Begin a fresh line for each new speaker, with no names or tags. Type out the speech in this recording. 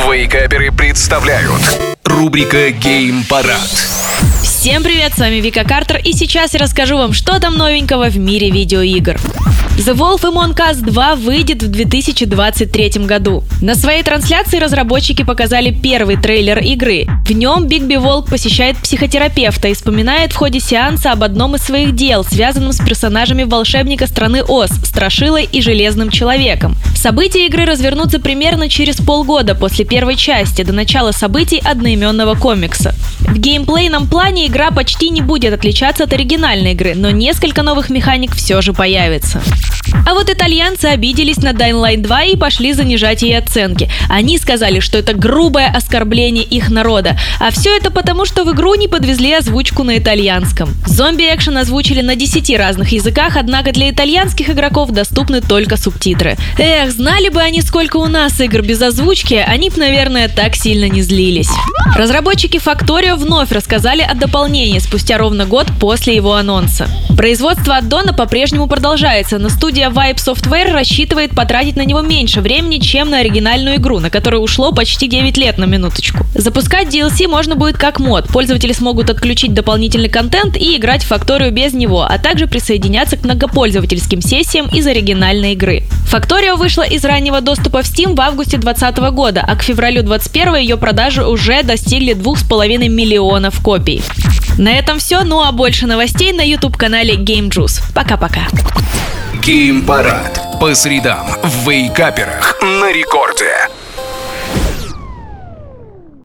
Вейкаперы представляют рубрика «Геймпарад».
Всем привет, с вами Вика Картер, и сейчас я расскажу вам, что там новенького в мире видеоигр. The Wolf Among Us 2 выйдет в 2023 году. На своей трансляции разработчики показали первый трейлер игры. В нем Бигби Волк посещает психотерапевта и вспоминает в ходе сеанса об одном из своих дел, связанном с персонажами волшебника страны Оз, Страшилой и Железным Человеком. События игры развернутся примерно через полгода после первой части, до начала событий одноименного комикса. В геймплейном плане игра почти не будет отличаться от оригинальной игры, но несколько новых механик все же появится. А вот итальянцы обиделись на Dying Light 2 и пошли занижать ей оценки. Они сказали, что это грубое оскорбление их народа. А все это потому, что в игру не подвезли озвучку на итальянском. Зомби-экшен озвучили на 10 разных языках, однако для итальянских игроков доступны только субтитры. Эх, знали бы они, сколько у нас игр без озвучки, они бы, наверное, так сильно не злились. Разработчики Factorio вновь рассказали о дополнении спустя ровно год после его анонса. Производство аддона по-прежнему продолжается, но студия Vibe Software рассчитывает потратить на него меньше времени, чем на оригинальную игру, на которую ушло почти 9 лет на минуточку. Запускать DLC можно будет как мод. Пользователи смогут отключить дополнительный контент и играть в Factorio без него, а также присоединяться к многопользовательским сессиям из оригинальной игры. Factorio вышла из раннего доступа в Steam в августе 2020 года, а к февралю 2021 ее продажи уже достигли 2,5 миллионов копий. На этом все, ну а больше новостей на YouTube-канале Game Juice. Пока-пока.
Геймпарад по средам в Вейкаперах на рекорде.